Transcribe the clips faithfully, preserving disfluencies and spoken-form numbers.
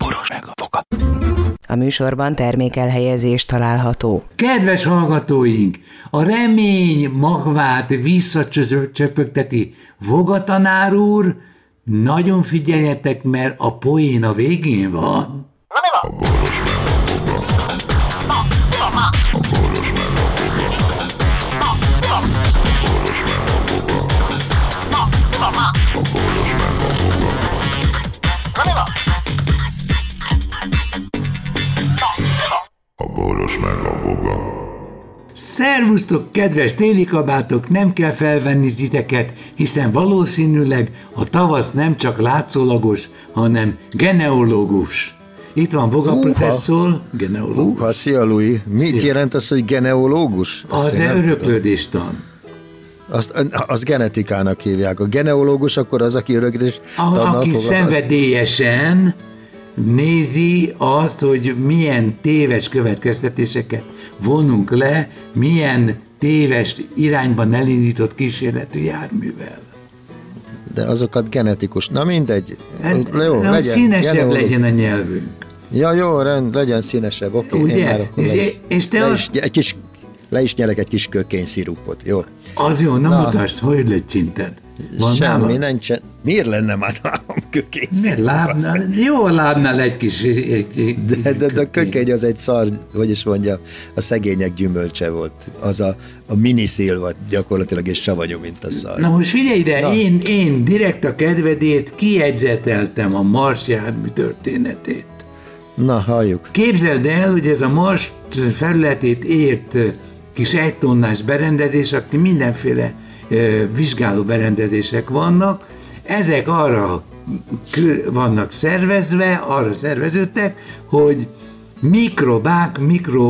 boros meg a foka. A műsorban termékelhelyezés található. Kedves hallgatóink, a remény magvát visszacsöpögteti Voga tanár úr, nagyon figyeljetek, mert a poén a végén van. Na mi van? A boros meg a foga. Na, mi van már? A boros meg a foga. Na, mi van? A boros meg a foga. Na, mi van már? A boros meg a foga. Na mi van? A boros meg a boga. Szervusztok, kedves télikabátok, nem kell felvenni titeket, hiszen valószínűleg a tavasz nem csak látszólagos, hanem genealógus. Itt van Voga uh-ha. Professzor, genealógus. Húha, szia Louis. Mit szia. Jelent az, hogy genealógus? Azt az öröklődéstan. Azt, azt genetikának hívják. A genealógus akkor az, aki öröklődést tannal Aki szenvedélyesen nézi azt, hogy milyen téves következtetéseket vonunk le, milyen téves irányban elindított kísérletű járművel. De azokat genetikus. Na mindegy. Hát, jó, legyen, színesebb genealógus. Legyen a nyelvünk. Ja, jó, rend, legyen színesebb. Oké, ugye? Én már és, le, is, és te le, az... is, egy kis, le is nyelek egy kis kökényszirupot, jó? Az jó, na, na mutasd, hogy lecsinted. Van semmi, nincsen. Miért lenne már nálam kökényszirup? Lábnál, jó lábnál egy kis... Egy, egy, de, de, de a kökény az egy szar, hogy is mondja, a szegények gyümölcse volt. Az a, a miniszél volt gyakorlatilag, és savanyú, mint a szar. Na most figyelj ide, én, én direkt a kedvedét kijegyzeteltem a Mars jármű történetét. Na, halljuk. Képzeld el, hogy ez a Mars felületét ért kis egytonnás berendezés, aki mindenféle vizsgáló berendezések vannak, ezek arra vannak szervezve, arra szerveződtek, hogy mikrobák,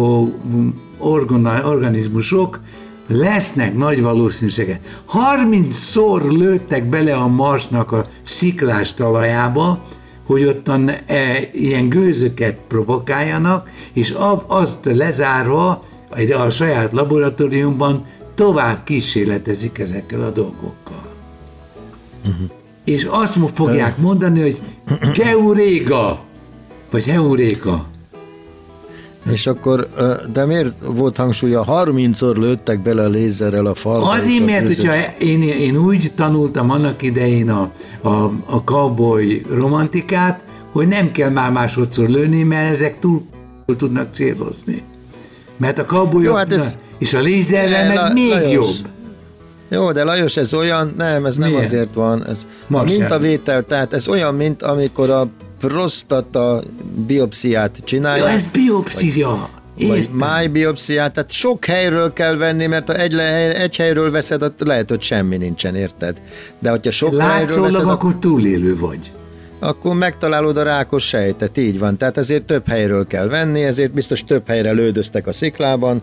mikroorganizmusok lesznek nagy valószínűséggel. harmincszor lőttek bele a Marsnak a sziklás talajába, hogy ottan e, ilyen gőzöket provokáljanak, és azt lezárva a saját laboratóriumban tovább kísérletezik ezekkel a dolgokkal. Uh-huh. És azt fogják uh. mondani, hogy Geuréga, vagy Heuréka. És akkor, de miért volt hangsúlya, harmincszor lőttek bele a lézerrel a falba? Azért, mert hogyha én, én úgy tanultam annak idején a, a, a cowboy romantikát, hogy nem kell már másodszor lőni, mert ezek túl tudnak célozni. Mert a cowboyok hát ez... és a lézerrel meg la, még Lajos. Jobb. Jó, de Lajos, ez olyan, nem, ez nem Milyen? Azért van. Ez a mintavétel, tehát ez olyan, mint amikor a prostata biopsziát csinálják. Ja, ez biopszia. Vagy, vagy májbiopsziát, tehát sok helyről kell venni, mert ha egy, egy helyről veszed, ott lehet, hogy semmi nincsen, érted? De hogyha sok Látszólag helyről veszed, akkor túlélő vagy. Akkor megtalálod a rákos sejtet, így van. Tehát ezért több helyről kell venni, ezért biztos több helyre lődöztek a sziklában.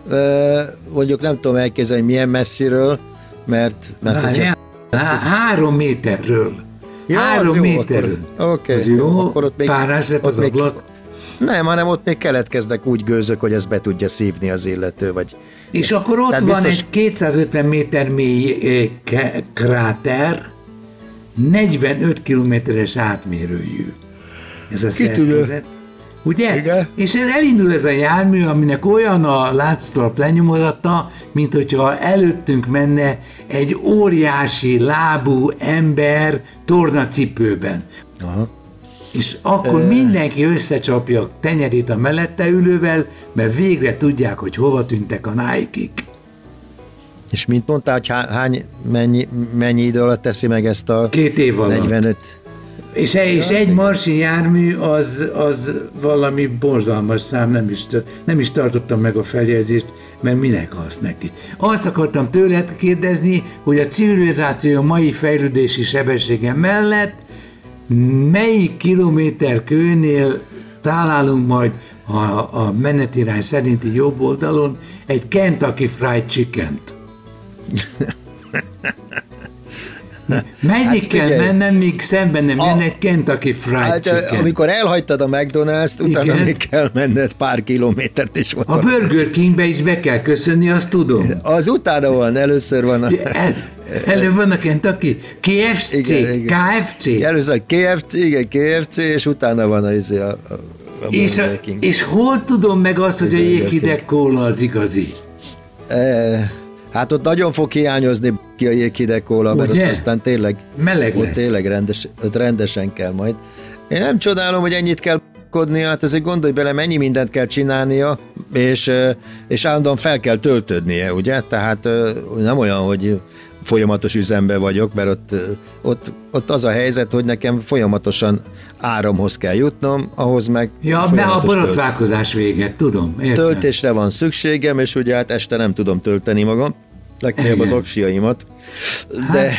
Mondjuk nem tudom elképzelni, milyen messziről, mert... mert Há, hogyha, há, három méterről. Ja, három jó, méterről. Oké. Az jó, akkor ott még, párás lett az még, ablak. Nem, hanem ott még keletkeznek úgy gőzök, hogy ezt be tudja szívni az illető, vagy... És ja. akkor ott Tehát van biztos... egy kétszázötven méter mély eh, kráter, negyvenöt kilométeres átmérőjű. Ez a szerkezet. Ugye? Igen. És ez elindul ez a jármű, aminek olyan a látszólag lenyomodata, mint hogyha előttünk menne egy óriási lábú ember tornacipőben. Aha. És akkor e... mindenki összecsapja a tenyerét a mellette ülővel, mert végre tudják, hogy hova tűntek a Nike-ik. És mint mondtál, hogy hány, mennyi, mennyi idő alatt teszi meg ezt a Két év alatt. negyvenöt? És, ja, és egy marsi jármű az, az valami borzalmas szám, nem is, nem is tartottam meg a feljegyzést, mert minek az neki. Azt akartam tőled kérdezni, hogy a civilizáció mai fejlődési sebessége mellett melyik kilométer kőnél találunk majd a, a menetirány szerinti jobb oldalon egy Kentucky Fried Chicken-t. Meddig hát kell mennem, míg szemben nem jön egy Kentucky Fried hát, Chicken. Amikor elhagytad a McDonald's-t, utána igen, még kell menned pár kilométert is. A Burger Kingbe is be kell köszönni, azt tudom. Az utána van, először van. A... Előbb vannak Kentucky, ká ef cé, igen, igen. ká ef cé. Először ká ef cé, igen, ká ef cé, és utána van a, a, a, a és, a, és hol tudom meg azt, hogy a jéghideg kóla az igazi? E, hát ott nagyon fog hiányozni ki a jéghideg kóla, mert ott aztán tényleg, meleg ott lesz. tényleg rendes, ott rendesen kell majd. Én nem csodálom, hogy ennyit kell kodnia, hát ezért gondolj bele, mennyi mindent kell csinálnia, és, és állandóan fel kell töltődnie, ugye? Tehát nem olyan, hogy folyamatos üzemben vagyok, mert ott, ott, ott az a helyzet, hogy nekem folyamatosan áramhoz kell jutnom, ahhoz meg ja, mert a borotválkozás véget, tudom, értem. Töltésre van szükségem, és ugye hát este nem tudom tölteni magam, legfeljebb az aksiaimat, de hát,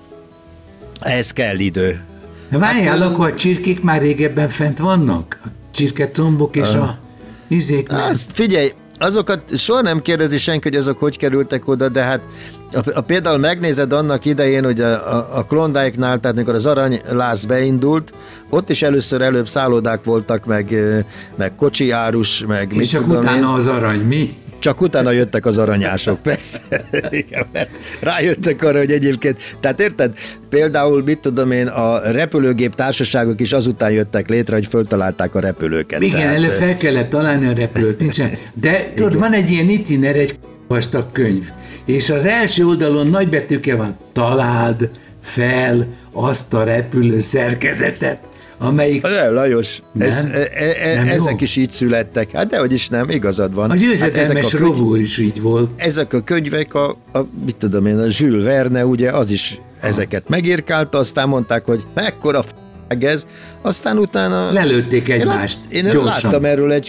ehhez kell idő. Várjál, hát, akkor a csirkék már régebben fent vannak? A csirkecombok és uh, a izék? Azt figyelj, azokat soha nem kérdezi senki, hogy azok hogy kerültek oda, de hát a, a például megnézed annak idején, hogy a, a, a Klondike-nál, tehát mikor az aranyláz beindult, ott is először előbb szállodák voltak, meg, meg kocsi árus, meg és csak utána én. Az arany, mi? Csak utána jöttek az aranyások, persze. Igen, mert rájöttek arra, hogy egyébként, tehát érted, például, mit tudom én, a repülőgép társaságok is azután jöttek létre, hogy föltalálták a repülőket. Igen, tehát, elő fel kellett találni a repülőt, nincsen. De tudod, van egy ilyen itiner, egy vastag könyv, és az első oldalon nagybetűkkel van, találd fel azt a repülő szerkezetet, amelyik... Nem, Lajos, ez, e, e, nem ezek jó? Is így születtek. Hát dehogy is nem, igazad van. A győzedelmes hát Robur is így volt. Ezek a könyvek, a, a, mit tudom én, a Jules Verne, ugye, az is ha. ezeket megírkálta, aztán mondták, hogy mekkora f*** ez, aztán utána... Lelőtték egymást, Én, lát, én láttam erről egy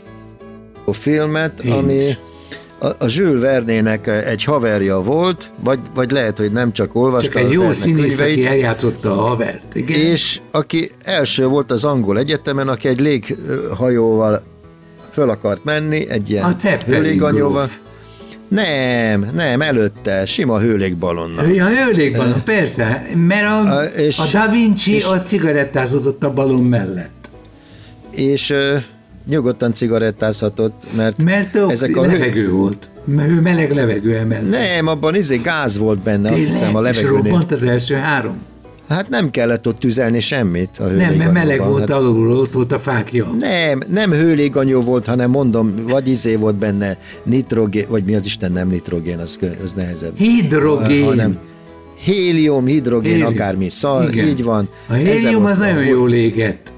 filmet, én ami... Is. A, a Jules Verne-nek egy haverja volt, vagy, vagy lehet, hogy nem csak olvasta. Csak egy jó színész, aki eljátszotta a havert. Igen. És aki első volt az angol egyetemen, aki egy léghajóval föl akart menni, egy ilyen hőlégballonnal. Nem, nem, előtte, sima hőlégballonnal. Ja, hőlégballon, uh, persze, mert a, uh, és, a Da Vinci és, az cigarettázott a ballon mellett. És... Uh, nyugodtan cigarettázhatott, mert, mert ezek a levegő hő... volt. Hő meleg levegő emellett. Nem, abban izé gáz volt benne, azt hiszem a levegőnél. És robbant az első három? Hát nem kellett ott tüzelni semmit a Nem, mert meleg volt hát... alulról, ott volt a fákja. Nem, nem hőléganyó volt, hanem mondom, vagy izé volt benne nitrogén, vagy mi az Isten, nem nitrogén, az, az nehezebb. Hidrogén. Hanem hélium, hidrogén, hélium. Akármi, szar, igen. Így van. A hélium az nagyon jól égett.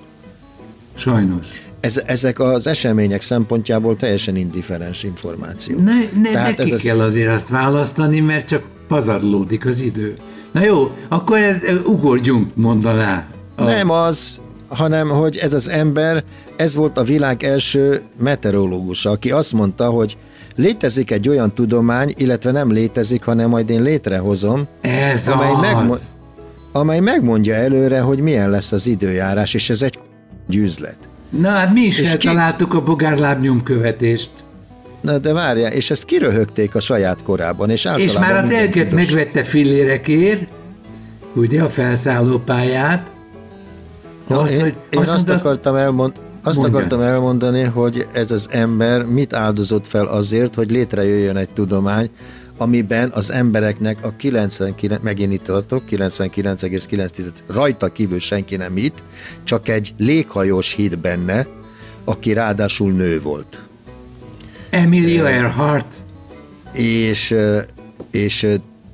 Sajnos. Ez, ezek az események szempontjából teljesen indifferens információ. Ne, ne, Tehát neki ez kell az... azért azt választani, mert csak pazarlódik az idő. Na jó, akkor ez, ugorjunk, mondaná. A... Nem az, hanem hogy ez az ember, ez volt a világ első meteorológusa, aki azt mondta, hogy létezik egy olyan tudomány, illetve nem létezik, hanem majd én létrehozom, ez amely, az. megmo- amely megmondja előre, hogy milyen lesz az időjárás, és ez egy üzlet. Na hát mi is feltaláltuk ki... a bogárlábnyomkövetést. Na de várjál, és ezt kiröhögték a saját korában. És, és már a telket megvette fillérekért, ugye a felszállópályát. Ja, azt, én hogy, én azt, azt, akartam elmond, azt akartam elmondani, hogy ez az ember mit áldozott fel azért, hogy létrejöjjön egy tudomány, amiben az embereknek a kilencvenkilenc, megint itt tartok, kilencvenkilenc egész kilenc rajta kívül senki nem itt, csak egy léghajós hitt benne, aki ráadásul nő volt. Emilia Earhart. És, és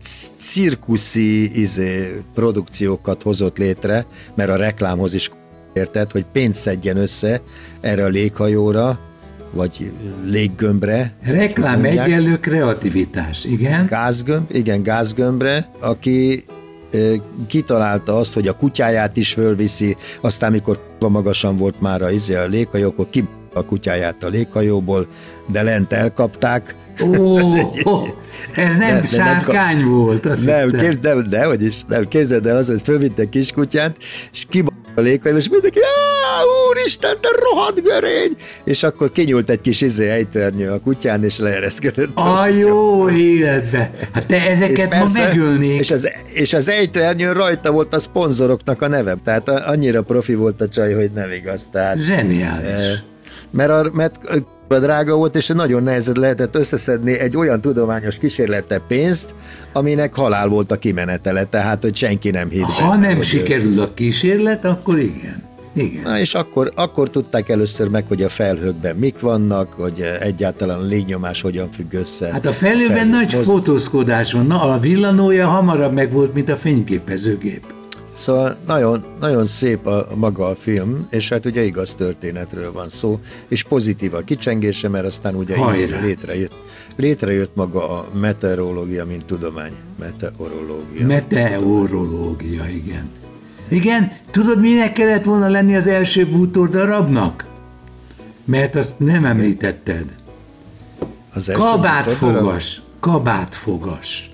cirkuszi izé, produkciókat hozott létre, mert a reklámhoz is érted, hogy pénzt szedjen össze erre a léghajóra, vagy léggömbre. Reklám egyenlő kreativitás, igen. Gázgömb, igen, gázgömbre, aki e, kitalálta azt, hogy a kutyáját is fölviszi, aztán mikor magasan volt már a, izé, a léghajó, akkor ki a kutyáját a léghajóból, de lent elkapták. Ó, oh, ez nem de, sárkány nem, volt, azt nem, képz, nem, de, hogy is, nem, képzeld el az, hogy fölvittek kiskutyát, és ki a léghajóba, és mindenki, úristen, te rohadt görény! És akkor kinyúlt egy kis izé ejtőernyő a kutyán, és leereszkedett. A jó életbe! Hát te ezeket ma megölnék. És az, és az ejtőernyőn rajta volt a szponzoroknak a neve. Tehát annyira profi volt a csaj, hogy nem igaz. Tehát, zseniális. Mert, a, mert drága volt, és nagyon nehezen lehetett összeszedni egy olyan tudományos kísérlete pénzt, aminek halál volt a kimenetele, tehát hogy senki nem hitt Ha benne, nem sikerül a kísérlet, akkor igen. Igen. Na és akkor, akkor tudták először meg, hogy a felhőkben mik vannak, hogy egyáltalán a légnyomás hogyan függ össze. Hát a felhőben Felhő, nagy moz... fotózkodás van. Na, a villanója hamarabb megvolt, mint a fényképezőgép. Szóval nagyon, nagyon szép a, a maga a film, és hát ugye igaz történetről van szó, és pozitív a kicsengése, mert aztán ugye így létrejött, létrejött maga a meteorológia, mint tudomány. Meteorológia. Meteorológia, igen. Igen, tudod, minek kellett volna lenni az első bútordarabnak? Mert azt nem említetted. Az első kabátfogas. Kabátfogas.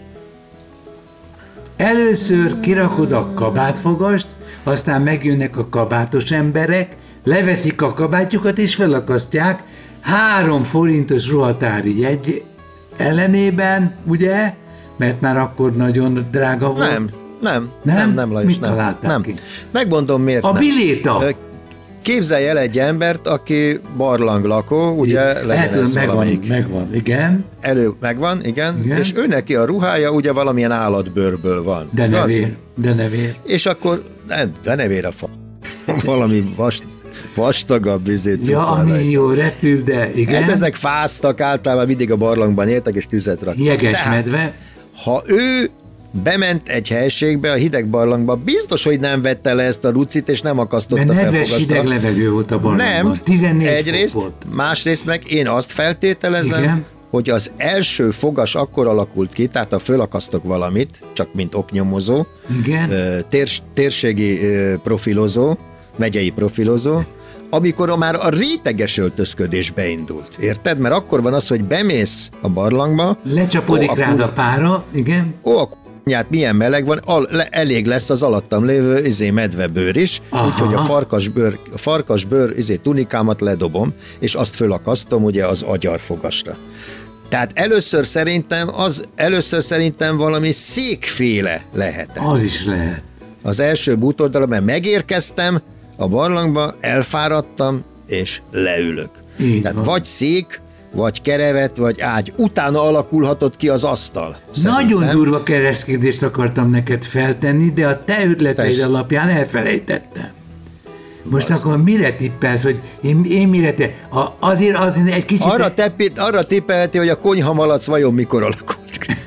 Először kirakod a kabátfogast, aztán megjönnek a kabátos emberek, leveszik a kabátjukat és felakasztják három forintos ruhatári jegy ellenében, ugye? Mert már akkor nagyon drága volt. Nem. Nem, nem, nem, nem, Lajos, Mit nem. nem. Ki? Megmondom miért A nem. biléta. Képzelj el egy embert, aki barlanglakó, ugye legyen ez megvan, valamelyik. megvan, igen. Elő, megvan, igen, igen. És ő neki a ruhája ugye valamilyen állatbőrből van. De nevér, de nevér. És akkor, nem, de nevér a fa. Valami vast, vastagabb vizét. Ja, ami jó, repül, de igen. Hát ezek fáztak, általában mindig a barlangban éltek, és tüzet raktak. Jeges medve. Ha ő bement egy helységbe, a hideg barlangba, biztos, hogy nem vette le ezt a rucit, és nem akasztotta fel. Mert nedves hideg levegő volt a barlangban. Nem, tizennégy egyrészt, volt. Másrészt meg én azt feltételezem, igen, hogy az első fogas akkor alakult ki, tehát ha fölakasztok valamit, csak mint oknyomozó, igen, térs, térségi profilozó, megyei profilozó, amikor már a réteges öltözködés beindult. Érted? Mert akkor van az, hogy bemész a barlangba, lecsapódik ó, rád a pára, igen. Ó, a k***nyát milyen meleg van, al, le, elég lesz az alattam lévő izé medvebőr is, úgyhogy a farkasbőr, a farkasbőr izé tunikámat ledobom, és azt fölakasztom ugye az agyarfogasra. Tehát először szerintem, az, először szerintem valami székféle lehetett. Az is lehet. Az első bútordarab, mert megérkeztem a barlangba, elfáradtam, és leülök. Így Tehát van. vagy szék, vagy kerevet, vagy ágy. Utána alakulhatott ki az asztal. Nagyon szerintem. durva keresztkérdést akartam neked feltenni, de a te ötleteid Tess. alapján elfelejtettem. Most az. Akkor mire tippelsz, hogy én, én mire te... A, azért, azért egy kicsit... Arra, teppi, arra tippelheti, hogy a konyhamalac vajon mikor alakult.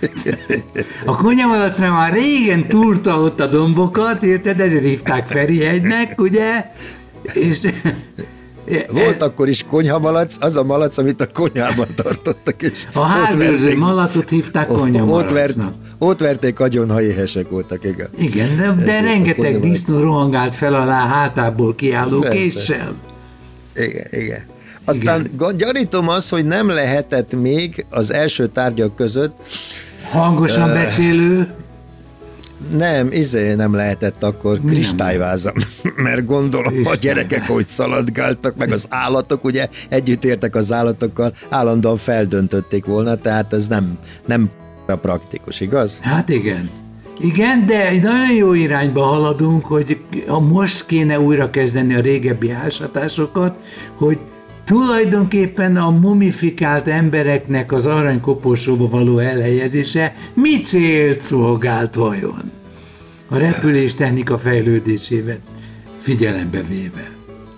A konyhamalac már régen túrta ott a dombokat, érted? Ezért hívták Ferihegynek, ugye? És... Volt akkor is konyhamalac, az a malac, amit a konyhában tartottak. És a házőrző malacot hívták konyhamalacnak. Ott, vert, ott verték agyon, ha éhesek voltak, igen. Igen, de, de rengeteg disznó rohangált fel alá hátából kiálló Persze. késsel. Igen, igen. Aztán igen. Gyanítom az, hogy nem lehetett még az első tárgyak között hangosan uh, beszélő. Nem, izé nem lehetett akkor kristályvázam, mert gondolom a gyerekek, hogy szaladgáltak, meg az állatok, ugye együtt értek az állatokkal, állandóan feldöntötték volna, tehát ez nem, nem praktikus, igaz? Hát igen. Igen, de nagyon jó irányba haladunk, hogy most kéne újra kezdeni a régebbi ásatásokat, hogy tulajdonképpen a mumifikált embereknek az aranykoporsóba való elhelyezése mi célt szolgált vajon? A repülés technika fejlődésével figyelembe véve.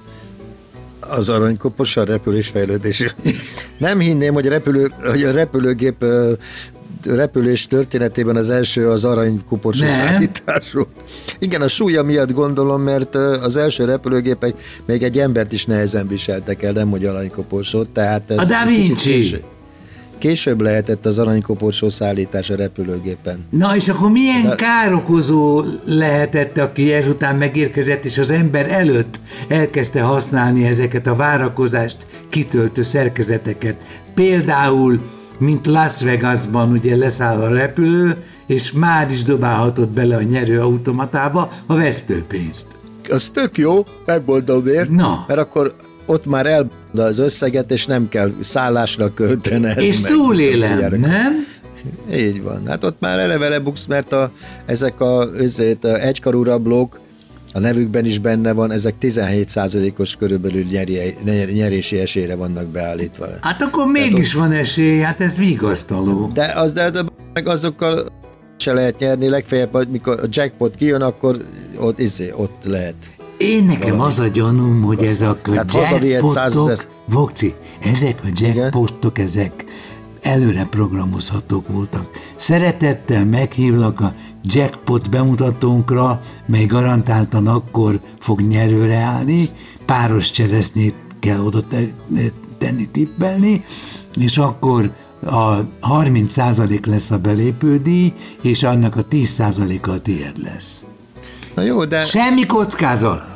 Az aranykopos a repülés fejlődésével. Nem hinném, hogy a, repülő, hogy a repülőgép repülés történetében az első az aranykoporsó szállítású. Igen, a súlya miatt gondolom, mert az első repülőgépek még egy embert is nehezen viseltek el, nem hogy aranykoporsót, tehát ez a Da Vinci. Később, később lehetett az aranykoporsó szállítás a repülőgépen. Na és akkor milyen De... károkozó lehetett, aki ezután megérkezett, és az ember előtt elkezdte használni ezeket a várakozást kitöltő szerkezeteket. Például mint Las Vegasban ugye leszáll a repülő, és már is dobálhatott bele a nyerőautomatába a vesztőpénzt. Az tök jó, megmondom miért, Na. mert akkor ott már el az összeget, és nem kell szállásra költened. És túlélem, nem? Így van. Hát ott már eleve lebuksz, mert a, ezek a, ezért, a egykarú rablók a nevükben is benne van, ezek tizenhét százalékos körülbelül nyeri, nyerési esélyre vannak beállítva. Hát akkor mégis van esély, hát ez vigasztaló. De, az, de, de meg azokkal se lehet nyerni, legfeljebb, mikor a jackpot kijön, akkor ott, izé, ott lehet. Én nekem valami. Az a gyanúm, hogy ez a jackpotok, Vokci, ezek a jackpotok, ezek előre programozhatók voltak. Szeretettel meghívlak a jackpot bemutatónkra, mely garantáltan akkor fog nyerőre állni, páros cseresznyét kell oda tenni, tippelni, és akkor a harminc százalék lesz a belépődíj, és annak a tíz százaléka a tiéd lesz. Na jó, de... Semmi kockázat!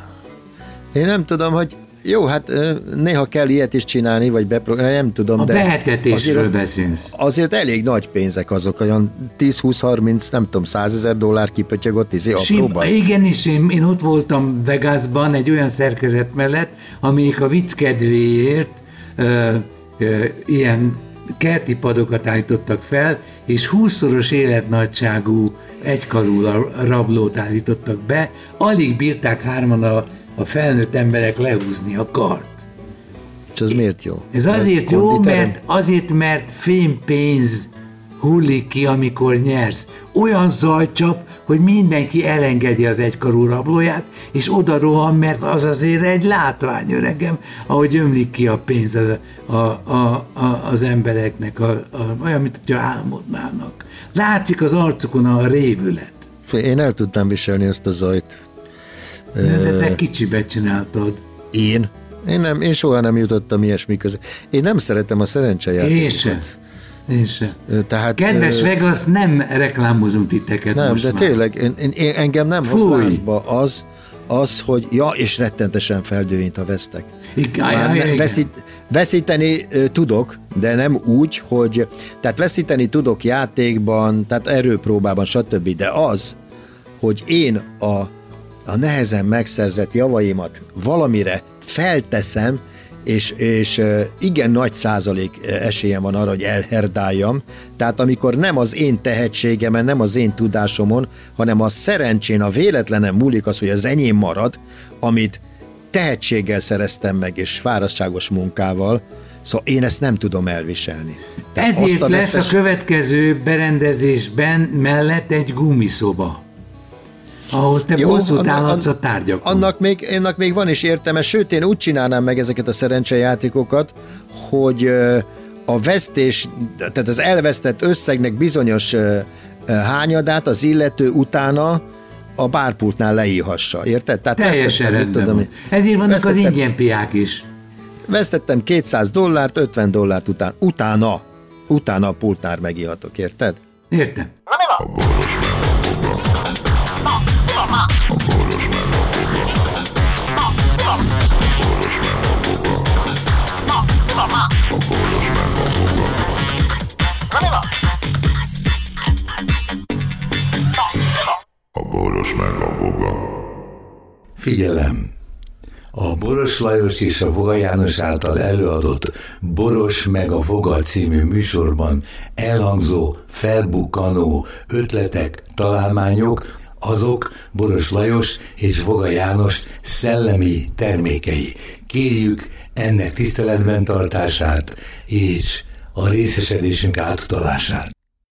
Én nem tudom, hogy jó, hát néha kell ilyet is csinálni, vagy beprogramálni, nem tudom, a de... A behetetésről beszélsz. Azért elég nagy pénzek azok, olyan tíz húsz harminc, nem tudom, százezer dollár kipötyögött, izé apróban. Igen, és én, én ott voltam Vegasban egy olyan szerkezet mellett, amelyik a vicc kedvéért ö, ö, ilyen kerti padokat állítottak fel, és húszszoros életnagyságú egykarú rablót állítottak be, alig bírták hárman a, a felnőtt emberek lehúzni a kart. És ez miért jó? Ez azért ez jó, mert, azért, mert fémpénz hullik ki, amikor nyersz. Olyan zajcsap, hogy mindenki elengedi az egykarú rablóját, és oda rohan, mert az azért egy látvány, öregem, ahogy ömlik ki a pénz a, a, a, a, az embereknek, a, a, olyan, mint hogyha álmodnának. Látszik az arcukon a révület. Én el tudtam viselni ezt a zajt. De, de te kicsibe csináltad. Én? Én, nem, én soha nem jutottam ilyesmi közé. Én nem szeretem a szerencsejátékokat. Én sem. Én sem. Tehát, Kedves Vegas, nem reklámozunk titeket nem, most de már. tényleg, én, én, engem nem Fúj. hoz lázba az, az, hogy ja, és rettentesen feldőint, ha vesztek. Igen, veszít, veszíteni uh, tudok, de nem úgy, hogy, tehát veszíteni tudok játékban, tehát erőpróbában, stb., de az, hogy én a, a nehezen megszerzett javaimat valamire felteszem, és, és igen nagy százalék esélyem van arra, hogy elherdáljam. Tehát amikor nem az én tehetségemen, nem az én tudásomon, hanem a szerencsén, a véletlenen múlik az, hogy az enyém marad, amit tehetséggel szereztem meg, és fáradtságos munkával, szóval én ezt nem tudom elviselni. Tehát ezért a lesz veszes... a következő berendezésben mellett egy gumiszoba, ahol te bosszút állhatsz a tárgyakon. Annak még, annak még van is értelme, sőt én úgy csinálnám meg ezeket a szerencsejátékokat, hogy a vesztés, tehát az elvesztett összegnek bizonyos hányadát az illető utána a bárpultnál leírhassa, érted? Tehát teljesen rendben tudom, ezért vannak az ingyen piák is. Vesztettem kétszáz dollárt, ötven dollárt után, utána, utána a pultnál megírhatok, érted? Értem. A Boros meg a Voga. Figyelem! A Boros Lajos és a Voga János által előadott Boros meg a Voga című műsorban elhangzó, felbukkanó ötletek, találmányok, azok Boros Lajos és Voga János szellemi termékei. Kérjük ennek tiszteletben tartását és a részesedésünk átutalását.